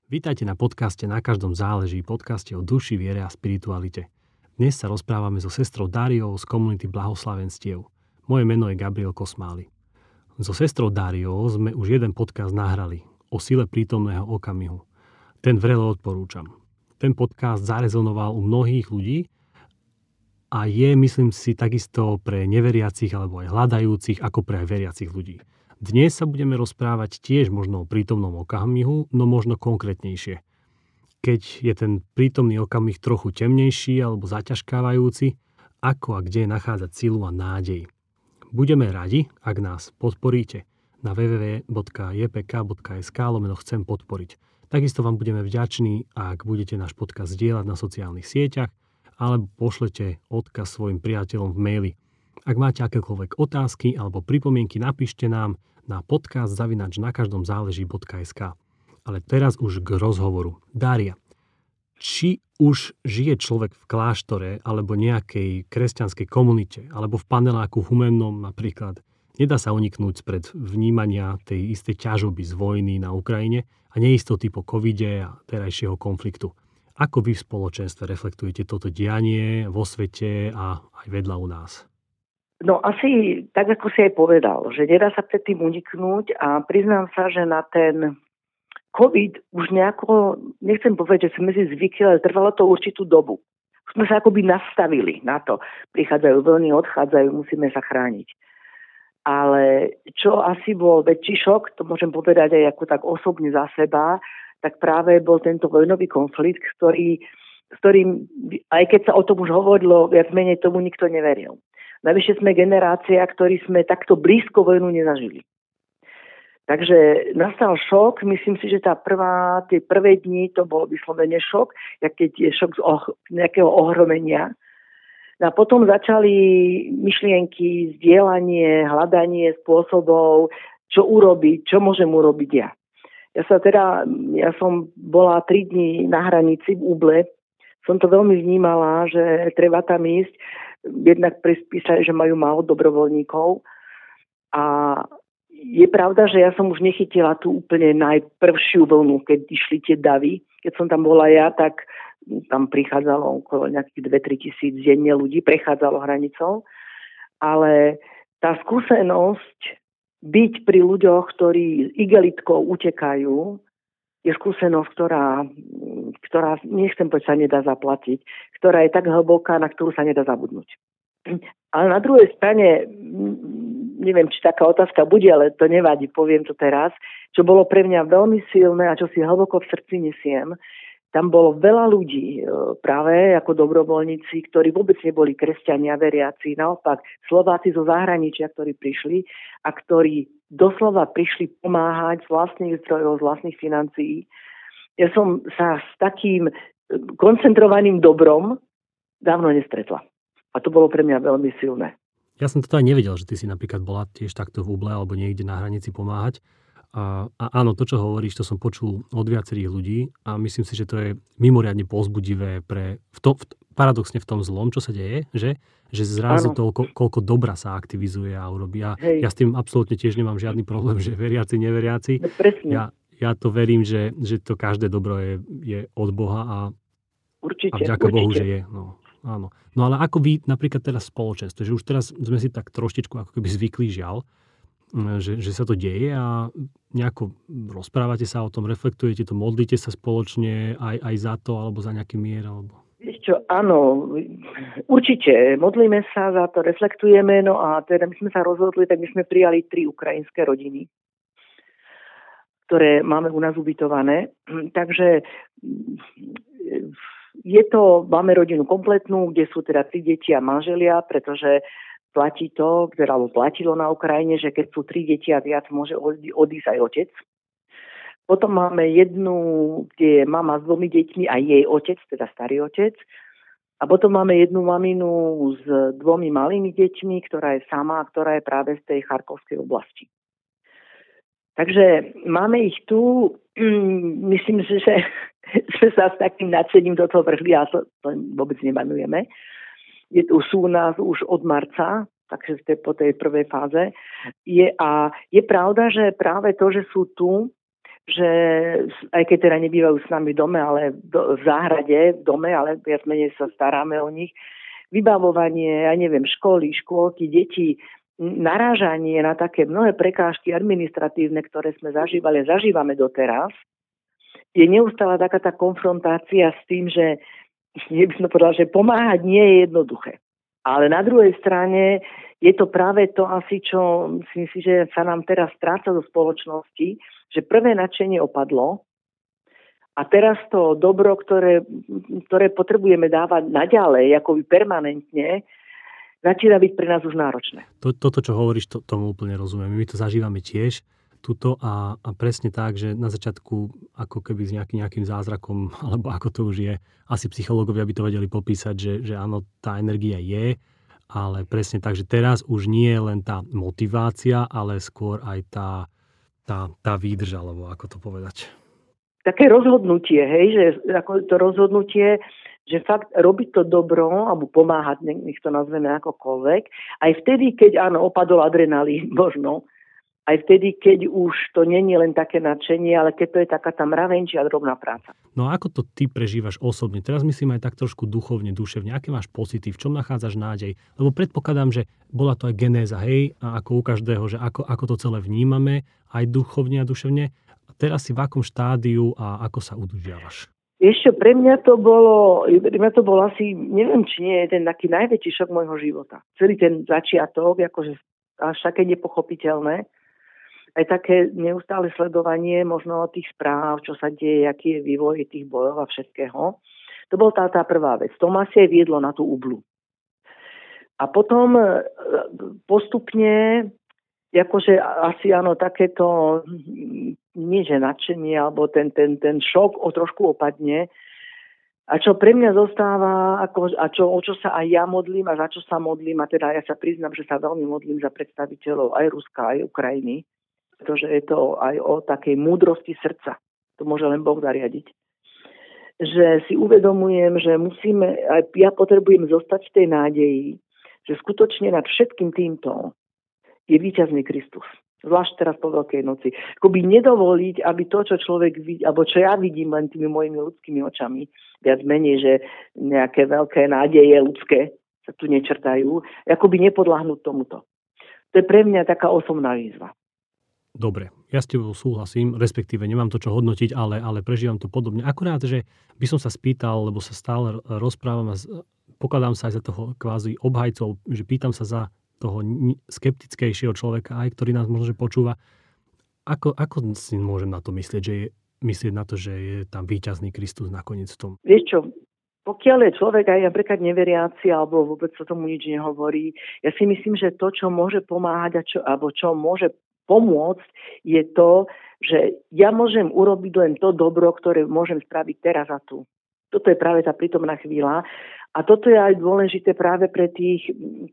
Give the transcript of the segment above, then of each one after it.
Vítajte na podcaste Na každom záleží, podcaste o duši, viere a spiritualite. Dnes sa rozprávame so sestrou Dáriou z komunity Blahoslavenstiev. Moje meno je Gabriel Kosmály. So sestrou Dáriou sme už jeden podcast nahrali o sile prítomného okamihu. Ten vrelo odporúčam. Ten podcast zarezonoval u mnohých ľudí a je, myslím si, takisto pre neveriacich alebo aj hľadajúcich, ako pre aj veriacich ľudí. Dnes sa budeme rozprávať tiež možno o prítomnom okamihu, no možno konkrétnejšie. Keď je ten prítomný okamih trochu temnejší alebo zaťažkávajúci, ako a kde nachádzať silu a nádej. Budeme radi, ak nás podporíte na www.jpk.sk/chcem podporiť. Takisto vám budeme vďační, ak budete náš podcast zdieľať na sociálnych sieťach alebo pošlete odkaz svojim priateľom v maili. Ak máte akékoľvek otázky alebo pripomienky, napíšte nám na podcast@nakaždomzáleží.sk. Ale teraz už k rozhovoru. Dária, či už žije človek v kláštore alebo nejakej kresťanskej komunite alebo v paneláku humennom napríklad, nedá sa uniknúť spred vnímania tej istej ťažoby z vojny na Ukrajine a neistoty po covide a terajšieho konfliktu. Ako vy v spoločenstve reflektujete toto dianie vo svete a aj vedľa u nás? No asi tak, ako si aj povedal, že nedá sa pred tým uniknúť a priznám sa, že na ten COVID už nejako, nechcem povedať, že sme si zvykli, ale trvalo to určitú dobu. Už sme sa akoby nastavili na to. Prichádzajú vlny, odchádzajú, musíme sa chrániť. Ale čo asi bol väčší šok, to môžem povedať aj ako tak osobne za seba, tak práve bol tento vojnový konflikt, s ktorým, aj keď sa o tom už hovorilo, viac menej tomu nikto neveril. Navyše sme generácia, ktorí sme takto blízko vojnu nezažili. Takže nastal šok, myslím si, že tie prvé dni to bolo vyslovene šok, keď je šok z nejakého ohromenia. A potom začali myšlienky, zdieľanie, hľadanie spôsobov, čo urobiť, čo môžem urobiť ja. Ja som bola 3 dni na hranici v Uble, som to veľmi vnímala, že treba tam ísť. Jednak písali, že majú málo dobrovoľníkov a je pravda, že ja som už nechytila tú úplne najprvšiu vlnu, keď išli tie davy. Keď som tam bola ja, tak tam prichádzalo okolo nejakých 2-3 tisíc denne ľudí, prechádzalo hranicou, ale tá skúsenosť byť pri ľuďoch, ktorí igelitkou utekajú, je skúsenosť, ktorá nechcem povedať, sa nedá zaplatiť, ktorá je tak hlboká, na ktorú sa nedá zabudnúť. Ale na druhej strane, neviem, či taká otázka bude, ale to nevadí, poviem to teraz, čo bolo pre mňa veľmi silné a čo si hlboko v srdci nesiem, tam bolo veľa ľudí práve ako dobrovoľníci, ktorí vôbec neboli kresťania, veriaci, naopak Slováci zo zahraničia, ktorí prišli a ktorí doslova prišli pomáhať z vlastných zdrojov, z vlastných financií. Ja som sa s takým koncentrovaným dobrom dávno nestretla. A to bolo pre mňa veľmi silné. Ja som to aj nevedel, že ty si napríklad bola tiež takto v Uble alebo niekde na hranici pomáhať. A áno, to, čo hovoríš, to som počul od viacerých ľudí a myslím si, že to je mimoriadne povzbudivé paradoxne v tom zlom, čo sa deje, že zrazu toľko, koľko dobra sa aktivizuje a urobí. Ja s tým absolútne tiež nemám žiadny problém, že veriaci, neveriaci. No, ja to verím, že to každé dobro je od Boha a vďaka Bohu, že je. No, áno. No ale ako vy napríklad teraz spoločenstvo, že už teraz sme si tak troštičku ako keby zvykli, žiaľ, že sa to deje a nejako rozprávate sa o tom, reflektujete to, modlíte sa spoločne aj za to, alebo za nejaký mier, alebo... Vieš čo, áno, určite, modlíme sa za to, reflektujeme, no a teda my sme sa rozhodli, tak my sme prijali 3 ukrajinské rodiny, ktoré máme u nás ubytované, takže máme rodinu kompletnú, kde sú teda 3 deti a manželia, pretože platilo na Ukrajine, že keď sú 3 deti a viac, môže odísť aj otec. Potom máme jednu, kde je mama s 2 deťmi a jej otec, teda starý otec. A potom máme jednu maminu s 2 malými deťmi, ktorá je sama, ktorá je práve z tej Charkovskej oblasti. Takže máme ich tu, myslím, že sme sa s takým nadšením do toho vrhli a to vôbec nebanujeme. Sú u nás už od marca, takže ste po tej prvej fáze. Je pravda, že práve to, že sú tu, že aj keď teda nebývajú s nami v dome, ale v záhrade, v dome, ale viac menej sa staráme o nich, vybavovanie, ja neviem, školy, škôlky, deti, narážanie na také mnohé prekážky administratívne, ktoré sme zažívali a zažívame doteraz, je neustále taká tá konfrontácia s tým, že by som povedala, že pomáhať nie je jednoduché. Ale na druhej strane je to práve to asi, čo si myslím, že sa nám teraz stráca do spoločnosti, že prvé nadšenie opadlo a teraz to dobro, ktoré potrebujeme dávať naďalej, akoby permanentne, začína byť pre nás už náročné. Toto, čo hovoríš, tomu úplne rozumiem. My to zažívame tiež tuto a presne tak, že na začiatku ako keby s nejakým zázrakom, alebo ako to už je, asi psychológovia by to vedeli popísať, že áno, tá energia je, ale presne tak, že teraz už nie je len tá motivácia, ale skôr aj tá výdrž, alebo ako to povedať. Také rozhodnutie, hej, že ako to rozhodnutie, že fakt robiť to dobro, alebo pomáhať, nech to nazveme akokoľvek, aj vtedy, keď áno, opadol adrenalín možno, aj vtedy, keď už to nie je len také nadšenie, ale keď to je taká tá mravenčia drobná práca. No a ako to ty prežívaš osobne? Teraz myslím aj tak trošku duchovne, duševne. Aké máš pocity? V čom nachádzaš nádej? Lebo predpokladám, že bola to aj genéza, hej, a ako u každého, že ako to celé vnímame, aj duchovne a duševne. A teraz si v akom štádiu a ako sa udržiavaš? Ešte pre mňa to bolo asi, neviem, či nie je ten taký najväčší šok môjho života. Celý ten začiatok, akože až také nepochopiteľné. Aj také neustále sledovanie možno tých správ, čo sa deje, aký je vývoj tých bojov a všetkého. To bol tá prvá vec. To ma si aj viedlo na tú ublu. A potom postupne, akože asi áno, takéto, nie že nadšenie, alebo ten šok trošku opadne. A čo pre mňa zostáva, o čo sa aj ja modlím a za čo sa modlím, a teda ja sa priznám, že sa veľmi modlím za predstaviteľov aj Ruska, aj Ukrajiny, pretože je to aj o takej múdrosti srdca. To môže len Boh zariadiť. Že si uvedomujem, že ja potrebujem zostať v tej nádeji, že skutočne nad všetkým týmto je víťazný Kristus. Zvlášť teraz po Veľkej noci. Akoby nedovoliť, aby to, čo človek vidí, alebo čo ja vidím len tými mojimi ľudskými očami, viac menej, že nejaké veľké nádeje ľudské sa tu nečrtajú, akoby nepodľahnúť tomuto. To je pre mňa taká osobná výzva. Dobre, ja s tebou súhlasím, respektíve nemám to čo hodnotiť, ale prežívam to podobne. Akurát, že by som sa spýtal, lebo sa stále rozprávam a pokladám sa aj za toho kvázi obhajcov, že pýtam sa za toho skeptickejšieho človeka, aj ktorý nás možno počúva. Ako si môžem na to myslieť na to, že je tam víťazný Kristus nakoniec v tom? Vieš čo, pokiaľ je človek aj napríklad neveriaci, alebo vôbec sa tomu nič nehovorí, ja si myslím, že to, čo môže pomáhať alebo čo môže pomôcť, je to, že ja môžem urobiť len to dobro, ktoré môžem spraviť teraz a tu. Toto je práve tá prítomná chvíľa. A toto je aj dôležité práve pre tých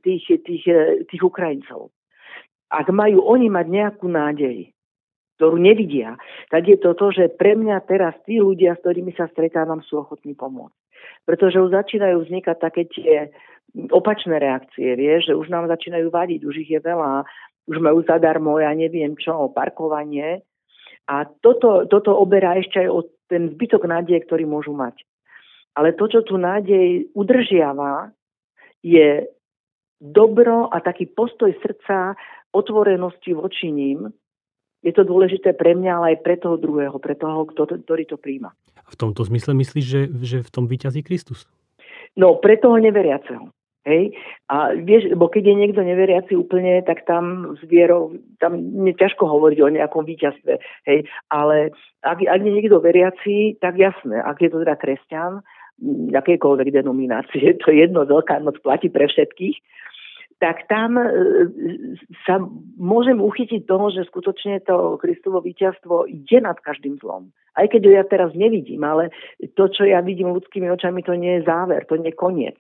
Ukrajincov. Ak majú oni mať nejakú nádej, ktorú nevidia, tak je to, že pre mňa teraz tí ľudia, s ktorými sa stretávam, sú ochotní pomôcť. Pretože už začínajú vznikať také tie opačné reakcie, vieš, že už nám začínajú vadiť, už ich je veľa, už majú zadarmo, ja neviem čo, parkovanie. A toto oberá ešte aj o ten zbytok nádeje, ktorý môžu mať. Ale to, čo tu nádej udržiava, je dobro a taký postoj srdca, otvorenosti voči ním. Je to dôležité pre mňa, ale aj pre toho druhého, pre toho, ktorý to príjma. A v tomto zmysle myslíš, že v tom víťazí Kristus? No, pre toho neveriaceho. Hej? A vieš, bo keď je niekto neveriaci úplne, tak tam s vierou, tam ťažko hovoriť o nejakom víťazstve. Hej? Ale ak je niekto veriaci, tak jasné. Ak je to teda kresťan, akékoľvek denominácie, to je jedno, Veľká noc platí pre všetkých, tak tam sa môžem uchytiť toho, že skutočne to Kristovo víťazstvo ide nad každým zlom. Aj keď ho ja teraz nevidím, ale to, čo ja vidím ľudskými očami, to nie je záver, to nie je koniec.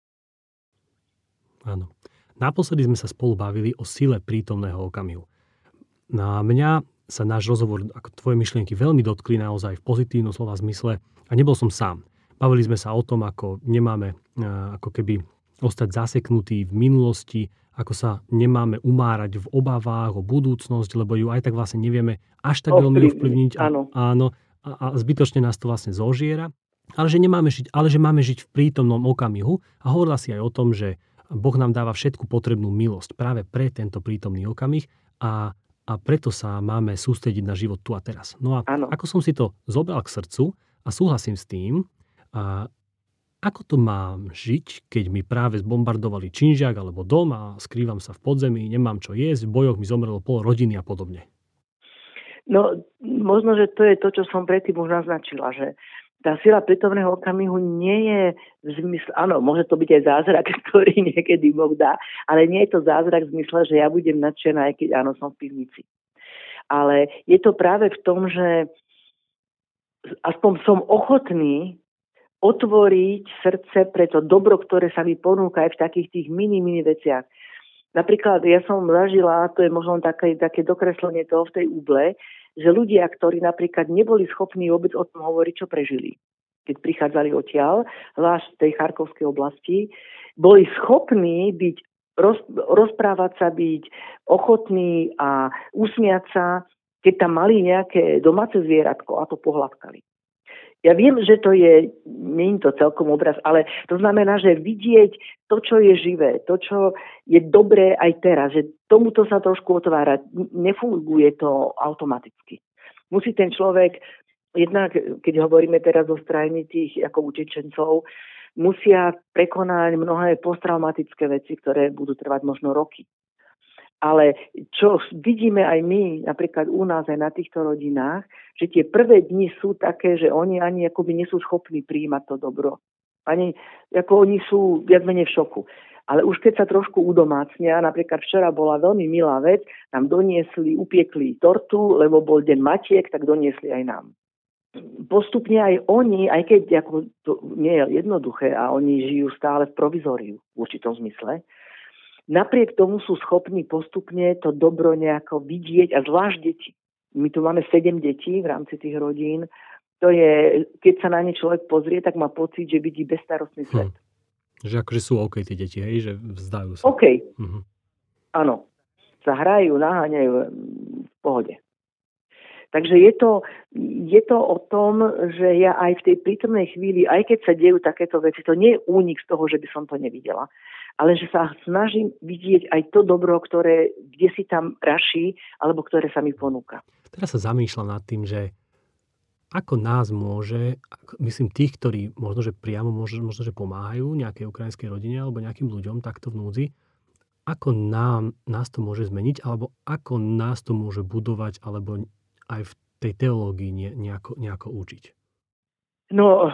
Áno. Naposledy sme sa spolu bavili o sile prítomného okamihu. Na mňa sa náš rozhovor, ako tvoje myšlienky, veľmi dotkli naozaj v pozitívnom slova zmysle a nebol som sám. Bavili sme sa o tom, ako nemáme ako keby ostať zaseknutí v minulosti ako sa nemáme umárať v obavách o budúcnosť, lebo ju aj tak vlastne nevieme až tak veľmi ovplyvniť. A zbytočne nás to vlastne zožiera. Ale že máme žiť v prítomnom okamihu. A hovorila si aj o tom, že Boh nám dáva všetku potrebnú milosť práve pre tento prítomný okamih a preto sa máme sústrediť na život tu a teraz. No a ako som si to zobral k srdcu a súhlasím s tým, ako to mám žiť, keď mi práve zbombardovali činžiak alebo dom a skrývam sa v podzemí, nemám čo jesť, v bojoch mi zomrelo pol rodiny a podobne? No, možno, že to je to, čo som predtým už naznačila, že tá sila prítomného okamihu nie je v zmysle, áno, môže to byť aj zázrak, ktorý niekedy Boh dá, ale nie je to zázrak v zmysle, že ja budem nadšená, aj keď áno, som v pivnici. Ale je to práve v tom, že aspoň som ochotný otvoriť srdce pre to dobro, ktoré sa mi ponúka aj v takých tých mini veciach. Napríklad ja som zažila, to je možno také dokreslenie toho v tej úble, že ľudia, ktorí napríklad neboli schopní vôbec o tom hovoriť, čo prežili, keď prichádzali odtiaľ, zvlášť z tej Charkovskej oblasti, boli schopní byť, rozprávať sa, byť ochotní a usmiať sa, keď tam mali nejaké domáce zvieratko a to pohľadkali. Ja viem, že to nie je to celkom obraz, ale to znamená, že vidieť to, čo je živé, to, čo je dobré aj teraz, že tomuto sa trošku otvára. Nefunguje to automaticky. Musí ten človek, jednak, keď hovoríme teraz o strane tých ako utečencov, musia prekonať mnohé posttraumatické veci, ktoré budú trvať možno roky. Ale čo vidíme aj my, napríklad u nás aj na týchto rodinách, že tie prvé dni sú také, že oni ani akoby nie sú schopní prijímať to dobro. Oni sú viac menej v šoku. Ale už keď sa trošku udomácnia, napríklad včera bola veľmi milá vec, nám doniesli, upiekli tortu, lebo bol deň matiek, tak doniesli aj nám. Postupne aj oni, aj keď to nie je jednoduché a oni žijú stále v provizóriu v určitom zmysle, napriek tomu sú schopní postupne to dobro nejako vidieť a zvlášť deti. My tu máme 7 detí v rámci tých rodín. To je, keď sa na ne človek pozrie, tak má pocit, že vidí bezstarostný svet. Že akože sú OK tie deti, hej? Že vzdajú sa. OK. Áno. Sa hrajú, naháňajú v pohode. Takže je to o tom, že ja aj v tej prítomnej chvíli, aj keď sa dejú takéto veci, to nie je únik z toho, že by som to nevidela, ale že sa snažím vidieť aj to dobro, ktoré kde si tam raší, alebo ktoré sa mi ponúka. Teraz sa zamýšľam nad tým, že ako nás môže, myslím tých, ktorí možno, že priamo možno, že pomáhajú nejakej ukrajinskej rodine alebo nejakým ľuďom takto v núdzi, ako nás to môže zmeniť, alebo ako nás to môže budovať, alebo aj v tej teológii nejako učiť? No,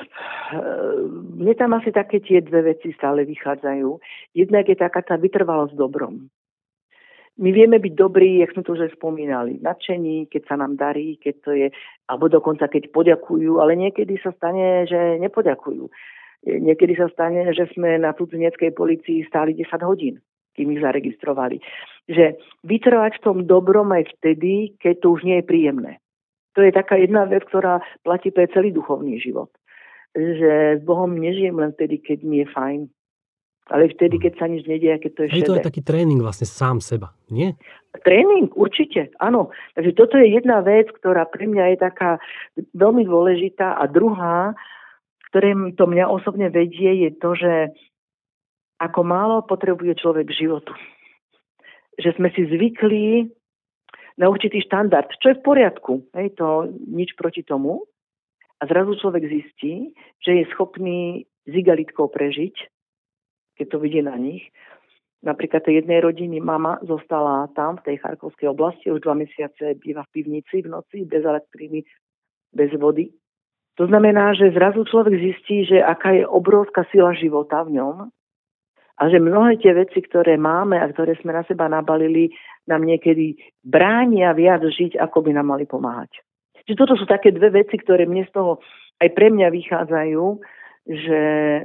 mne tam asi také tie dve veci stále vychádzajú. Jednak je taká tá vytrvalosť dobrom. My vieme byť dobrí, jak sme to už spomínali, nadšení, keď sa nám darí, keď to je, alebo dokonca keď poďakujú, ale niekedy sa stane, že nepoďakujú. Niekedy sa stane, že sme na cudzineckej polícii stáli 10 hodín, kým ich zaregistrovali. Že vytrvať v tom dobrom aj vtedy, keď to už nie je príjemné. To je taká jedna vec, ktorá platí pre celý duchovný život. Že s Bohom nežijem len vtedy, keď mi je fajn. Ale vtedy, keď sa nič nedieje, keď to je šedé. Je to aj taký tréning vlastne sám seba, nie? Tréning, určite, áno. Takže toto je jedna vec, ktorá pre mňa je taká veľmi dôležitá. A druhá, ktoré to mňa osobne vedie, je to, že ako málo potrebuje človek životu. Že sme si zvykli na určitý štandard, čo je v poriadku. Hej, to nič proti tomu. A zrazu človek zistí, že je schopný s igalitkou prežiť, keď to vidí na nich. Napríklad tej jednej rodiny mama zostala tam, v tej Charkovskej oblasti, už 2 mesiace býva v pivnici v noci, bez elektriny, bez vody. To znamená, že zrazu človek zistí, že aká je obrovská sila života v ňom a že mnohé tie veci, ktoré máme a ktoré sme na seba nabalili, nám niekedy bránia viac žiť, ako by nám mali pomáhať. Čiže toto sú také dve veci, ktoré mne z toho aj pre mňa vychádzajú, že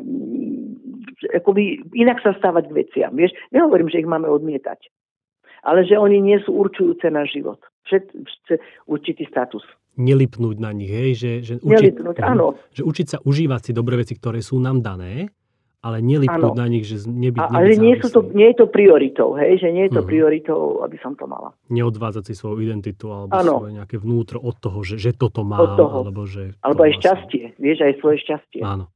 akoby inak sa stávať k veciam. Vieš, nehovorím, že ich máme odmietať, ale že oni nie sú určujúce na život. Určitý status. Nelipnúť na nich, hej? Že Nelipnúť, áno. Že učiť sa užívať si dobré veci, ktoré sú nám dané, ale nelipnúť Áno. na nich, že nebyť Ale nie závislý. je to prioritou, hej? Že nie je to prioritou, aby som to mala. Neodvádzať si svoju identitu alebo Áno. svoje nejaké vnútro od toho, že toto mám. Od toho. Alebo aj šťastie. Vieš, aj svoje šťastie. Áno.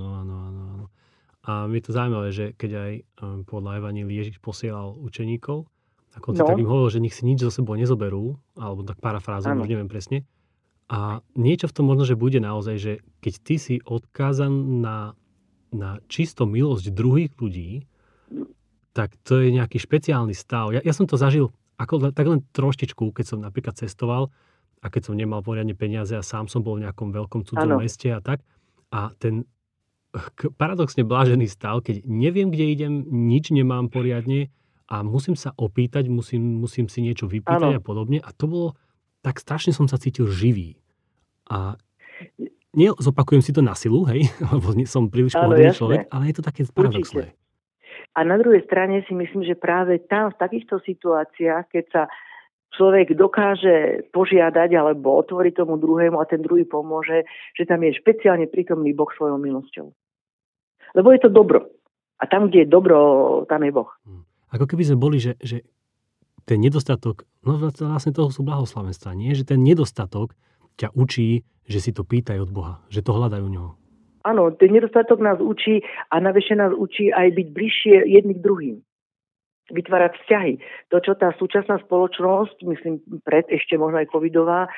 A je to zaujímavé, že keď aj podľa Evanjelí Ježiš posielal učeníkov, tak im hovoril, že nich si nič zo sebou nezoberú, alebo tak parafrázom, už neviem presne. A niečo v tom možno, že bude naozaj, že keď ty si odkázan na čisto milosť druhých ľudí, tak to je nejaký špeciálny stav. Ja som to zažil tak len troštičku, keď som napríklad cestoval a keď som nemal poriadne peniaze a sám som bol v nejakom veľkom cudzom meste a tak. A ten paradoxne blážený stav, keď neviem, kde idem, nič nemám poriadne a musím sa opýtať, musím si niečo vypýtať a podobne. A to bolo, tak strašne som sa cítil živý. A zopakujem si to na silu, hej, lebo som príliš pohodlný človek, ale je to také paradoxné. Určite. A na druhej strane si myslím, že práve tam v takýchto situáciách, keď sa človek dokáže požiadať alebo otvoriť tomu druhému a ten druhý pomôže, že tam je špeciálne prítomný Boh svojou milosťou. Lebo je to dobro. A tam, kde je dobro, tam je Boh. Ako keby sme boli, že ten nedostatok, no vlastne toho sú blahoslavenstva, nie? Že ten nedostatok ťa učí, že si to pýtaj od Boha, že to hľadajú u ňoho. Áno, ten nedostatok nás učí a navyše nás učí aj byť bližšie jedni k druhým. Vytvárať vzťahy. To, čo tá súčasná spoločnosť, myslím, ešte možno aj covidová,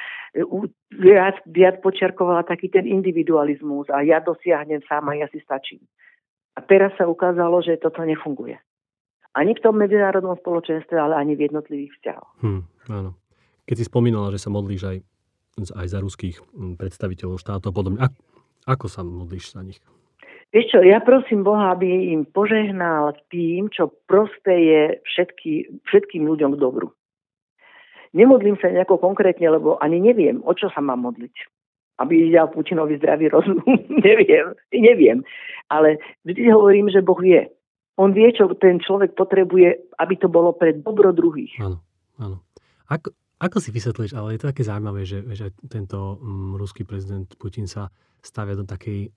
viac počiarkovala taký ten individualizmus a ja dosiahnem sám a ja si stačím. A teraz sa ukázalo, že toto nefunguje. Ani v tom medzinárodnom spoločenstve, ale ani v jednotlivých vzťahoch. Áno. Keď si spomínala, že sa modlíš aj za ruských predstaviteľov štátov a podobne, ako sa modlíš za nich? Vieš čo, ja prosím Boha, aby im požehnal tým, čo prospeje všetkým ľuďom k dobru. Nemodlím sa nejako konkrétne, lebo ani neviem, o čo sa mám modliť. Aby dal Putinovi zdravý rozum. Neviem. Ale vždy hovorím, že Boh vie. On vie, čo ten človek potrebuje, aby to bolo pre dobro druhých. Áno. Ako si vysvetlíš, ale je to také zaujímavé, že tento ruský prezident Putin sa stavia do takej,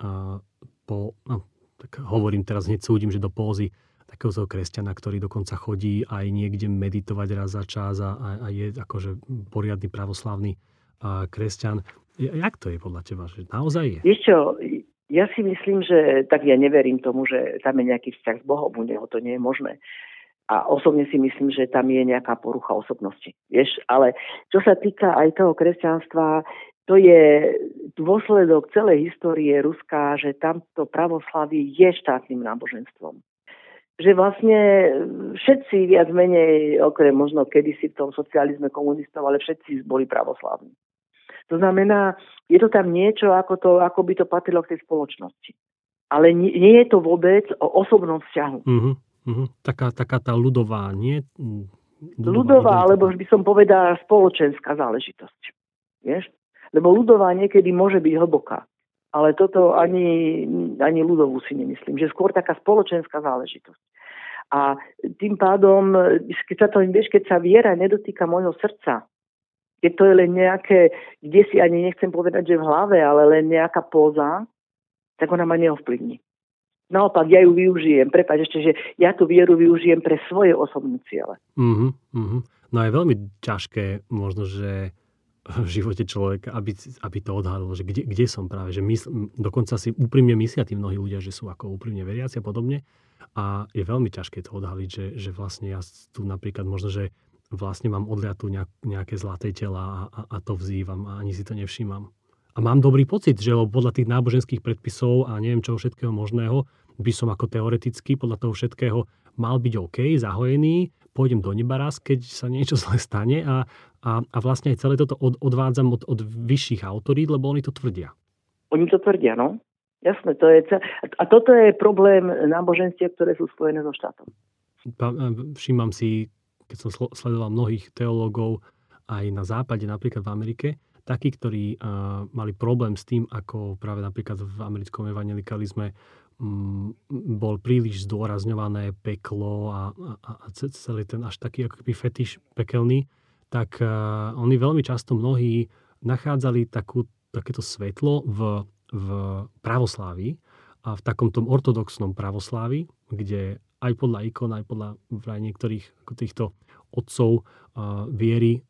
tak hovorím teraz, hneď súdim, že do pózy takého kresťana, ktorý dokonca chodí aj niekde meditovať raz za čas a je akože poriadny pravoslavný kresťan. Jak to je podľa teba? Že naozaj je? Vieš čo, ja si myslím, že tak ja neverím tomu, že tam je nejaký vzťah s Bohom, u neho to nie je možné. A osobne si myslím, že tam je nejaká porucha osobnosti. Vieš, ale čo sa týka aj toho kresťanstva, to je dôsledok celej histórie Ruska, že tamto pravoslavie je štátnym náboženstvom. Že vlastne všetci viac menej, okrem možno kedysi v tom socializme komunistov, ale všetci boli pravoslavní. To znamená, je to tam niečo, ako by to patrilo k tej spoločnosti. Ale nie je to vôbec o osobnom vzťahu. Taká tá ľudová, nie? Ľudová, alebo by som povedala spoločenská záležitosť. Vieš? Lebo ľudová niekedy môže byť hlboká. Ale toto ani ľudovú si nemyslím. Že skôr taká spoločenská záležitosť. A tým pádom, keď sa viera nedotýka môjho srdca, keď to je len nejaké, kde si ani nechcem povedať, že v hlave, ale len nejaká póza, tak ona ma neovplyvní. Naopak, ja ju využijem. Prepáč ešte, že ja tú vieru využijem pre svoje osobné ciele. No je veľmi ťažké možno, že v živote človeka, aby to odhalil, že kde som práve. Že dokonca si úprimne myslia tí mnohí ľudia, že sú ako úprimne veriaci a podobne. A je veľmi ťažké to odhaliť, že vlastne ja tu napríklad možno, že vlastne mám odliatú nejaké zlaté tela a to vzývam a ani si to nevšímam. A mám dobrý pocit, že podľa tých náboženských predpisov a neviem čoho všetkého možného, by som ako teoreticky podľa toho všetkého mal byť OK, zahojený, pôjdem do neba raz, keď sa niečo zle stane a vlastne aj celé toto odvádzam od vyšších autorít, lebo oni to tvrdia. Oni to tvrdia, no. Jasné, to je a toto je problém náboženstiev, ktoré sú spojené so štátom. Všímam si, keď som sledoval mnohých teológov aj na západe, napríklad v Amerike, takí, ktorí mali problém s tým, ako práve napríklad v americkom evangelikalizme bol príliš zdôrazňované peklo a celý ten až taký ako keby fetiš pekelný, tak oni veľmi často mnohí nachádzali takéto svetlo v pravoslávii a v takom tom ortodoxnom pravoslávi, kde aj podľa ikon, aj podľa vraj niektorých týchto otcov viery,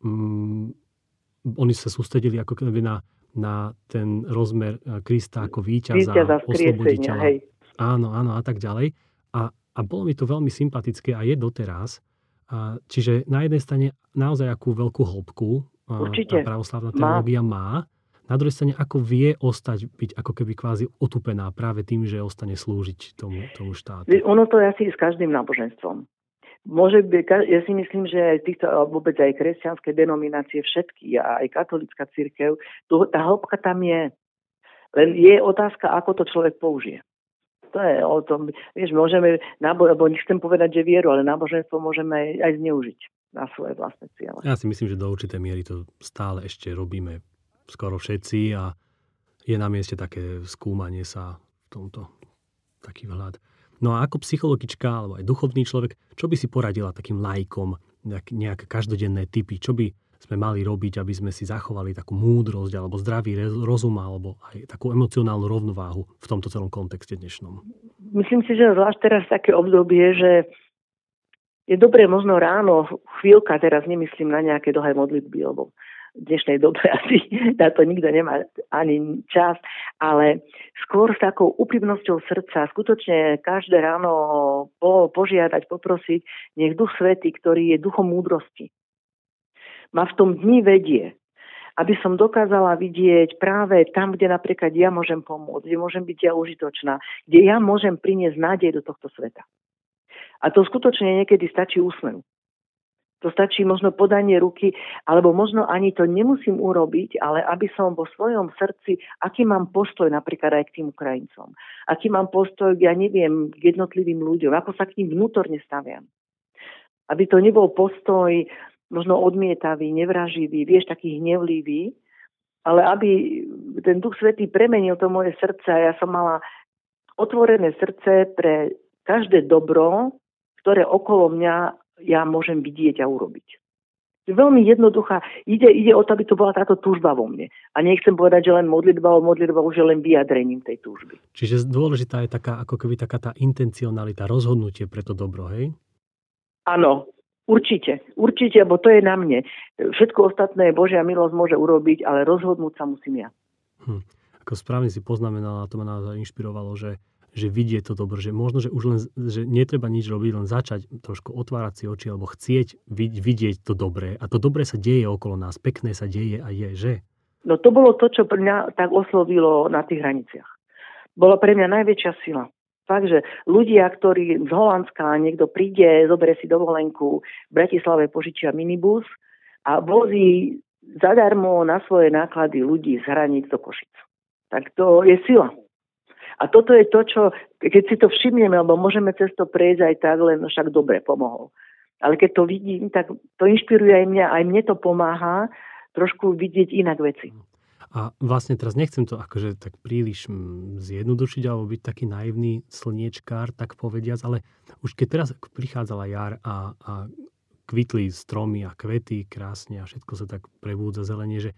oni sa sústredili ako keby na ten rozmer Krista ako víťaza, osloboditeľa. Hej. Áno, a tak ďalej. A bolo mi to veľmi sympatické a je doteraz. Čiže na jednej strane naozaj akú veľkú hĺbku tá pravoslávna teológia má. Na druhej strane, ako vie byť ako keby kvázi otupená práve tým, že ostane slúžiť tomu štátu. Ono to je asi s každým náboženstvom. Môže byť, ja si myslím, že aj týchto, vôbec aj kresťanské denominácie všetky, a aj katolícka cirkev, tá hĺbka tam je. Len je otázka, ako to človek použije. To je o tom, vieš, môžeme, lebo nechcem povedať, že vieru, ale náboženstvo môžeme aj zneužiť na svoje vlastné ciele. Ja si myslím, že do určitej miery to stále ešte robíme skoro všetci a je na mieste také skúmanie sa v tomto, taký vhľad. No a ako psychologička alebo aj duchovný človek, čo by si poradila takým laikom, nejaké každodenné tipy, čo by sme mali robiť, aby sme si zachovali takú múdrosť alebo zdravý rozum alebo aj takú emocionálnu rovnováhu v tomto celom kontexte dnešnom? Myslím si, že zvlášť teraz také obdobie, že je dobré možno ráno, chvíľka, teraz nemyslím na nejaké dlhé modlitby, lebo v dnešnej dobe asi na to nikto nemá ani čas, ale skôr s takou úprimnosťou srdca, skutočne každé ráno požiadať, poprosiť, nech Duch Svätý, ktorý je duchom múdrosti, ma v tom dni vedie, aby som dokázala vidieť práve tam, kde napríklad ja môžem pomôcť, kde môžem byť ja užitočná, kde ja môžem priniesť nádej do tohto sveta. A to skutočne niekedy stačí úsmev. To stačí možno podanie ruky, alebo možno ani to nemusím urobiť, ale aby som vo svojom srdci, aký mám postoj napríklad aj k tým Ukrajincom, aký mám postoj, ja neviem, k jednotlivým ľuďom, ako sa k ním vnútorne staviam. Aby to nebol postoj možno odmietavý, nevraživý, vieš, taký hnevlivý, ale aby ten Duch Svätý premenil to moje srdce a ja som mala otvorené srdce pre každé dobro, ktoré okolo mňa ja môžem vidieť a urobiť. Veľmi jednoduchá. Ide o to, aby to bola táto túžba vo mne. A nechcem povedať, že len modlitba už je len vyjadrením tej túžby. Čiže dôležitá je taká, ako keby taká tá intencionalita, rozhodnutie pre to dobro, hej? Áno, určite, lebo to je na mne. Všetko ostatné Božia milosť môže urobiť, ale rozhodnúť sa musím ja. Ako správne si poznamenala, to ma naozaj inšpirovalo, že vidieť to dobro, že možno, že už len, že netreba nič robiť, len začať trošku otvárať si oči alebo chcieť vidieť to dobré. A to dobré sa deje okolo nás, pekné sa deje a je, že? No to bolo to, čo pre mňa tak oslovilo na tých hraniciach. Bola pre mňa najväčšia sila. Fakt, že ľudia, ktorí z Holandska, niekto príde, zoberie si dovolenku, v Bratislave požičia minibus a vozí zadarmo na svoje náklady ľudí z hraníc do Košic. Tak to je sila. A toto je to, čo, keď si to všimneme, lebo môžeme cez to prejsť aj tak, len však dobre pomohol. Ale keď to vidím, tak to inšpiruje aj mňa, aj mne to pomáha trošku vidieť inak veci. A vlastne teraz nechcem to akože tak príliš zjednodušiť alebo byť taký naivný slniečkár, tak povediac, ale už keď teraz prichádzala jar a kvitli stromy a kvety krásne a všetko sa tak prebúdza zelenie, že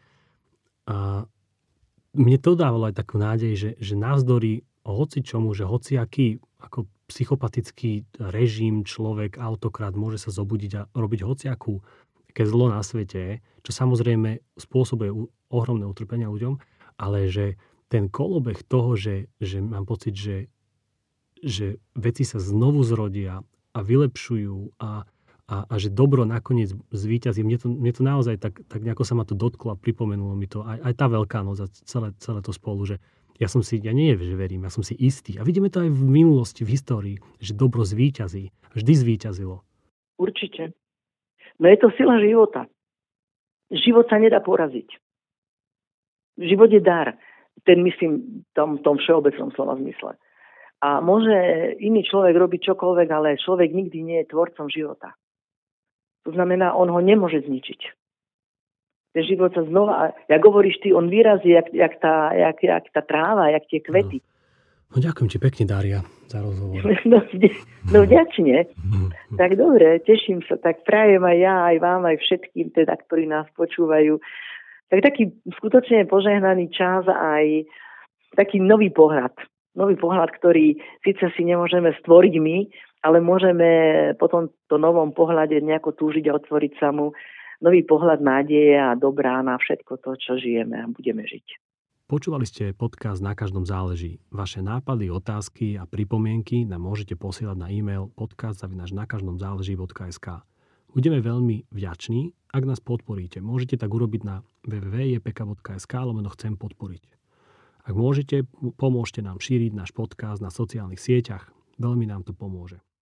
mne to dávalo aj takú nádej, že navzdory hocičomu, že hociaký ako psychopatický režim, človek, autokrat môže sa zobudiť a robiť hociakú také zlo na svete, čo samozrejme spôsobuje ohromné utrpenia ľuďom, ale že ten kolobeh toho, že mám pocit, že veci sa znovu zrodia a vylepšujú a že dobro nakoniec zvíťazí. Mne to naozaj tak nejako sa ma to dotklo a pripomenulo mi to aj tá Veľká noc a celé to spolu, že ja nie, že verím, ja som si istý. A vidíme to aj v minulosti, v histórii, že dobro zvíťazí. Vždy zvíťazilo. Určite. No je to sila života. Život sa nedá poraziť. Život je dar. Ten myslím v tom všeobecnom slova zmysle. A môže iný človek robiť čokoľvek, ale človek nikdy nie je tvorcom života. To znamená, on ho nemôže zničiť. Ten život sa znova, jak hovoríš ty, on vyrazí, jak tá tráva, jak tie kvety. No ďakujem ti pekne, Dária, za rozhovor. No vďačne. Tak dobre, teším sa. Tak prajem aj ja, aj vám, aj všetkým, teda, ktorí nás počúvajú. Tak taký skutočne požehnaný čas, aj taký nový pohľad nový pohľad, ktorý síce si nemôžeme stvoriť my, ale môžeme po tomto novom pohľade nejako túžiť a otvoriť sa mu nový pohľad nádeje a dobrá na všetko to, čo žijeme a budeme žiť. Počúvali ste podcast Na každom záleží. Vaše nápady, otázky a pripomienky nám môžete posielať na e-mail podcast@nakaždomzáleží.sk. Budeme veľmi vďační, ak nás podporíte. Môžete tak urobiť na www.jpk.sk/chcem podporiť. Ak môžete, pomôžte nám šíriť náš podcast na sociálnych sieťach. Veľmi nám to pomôže.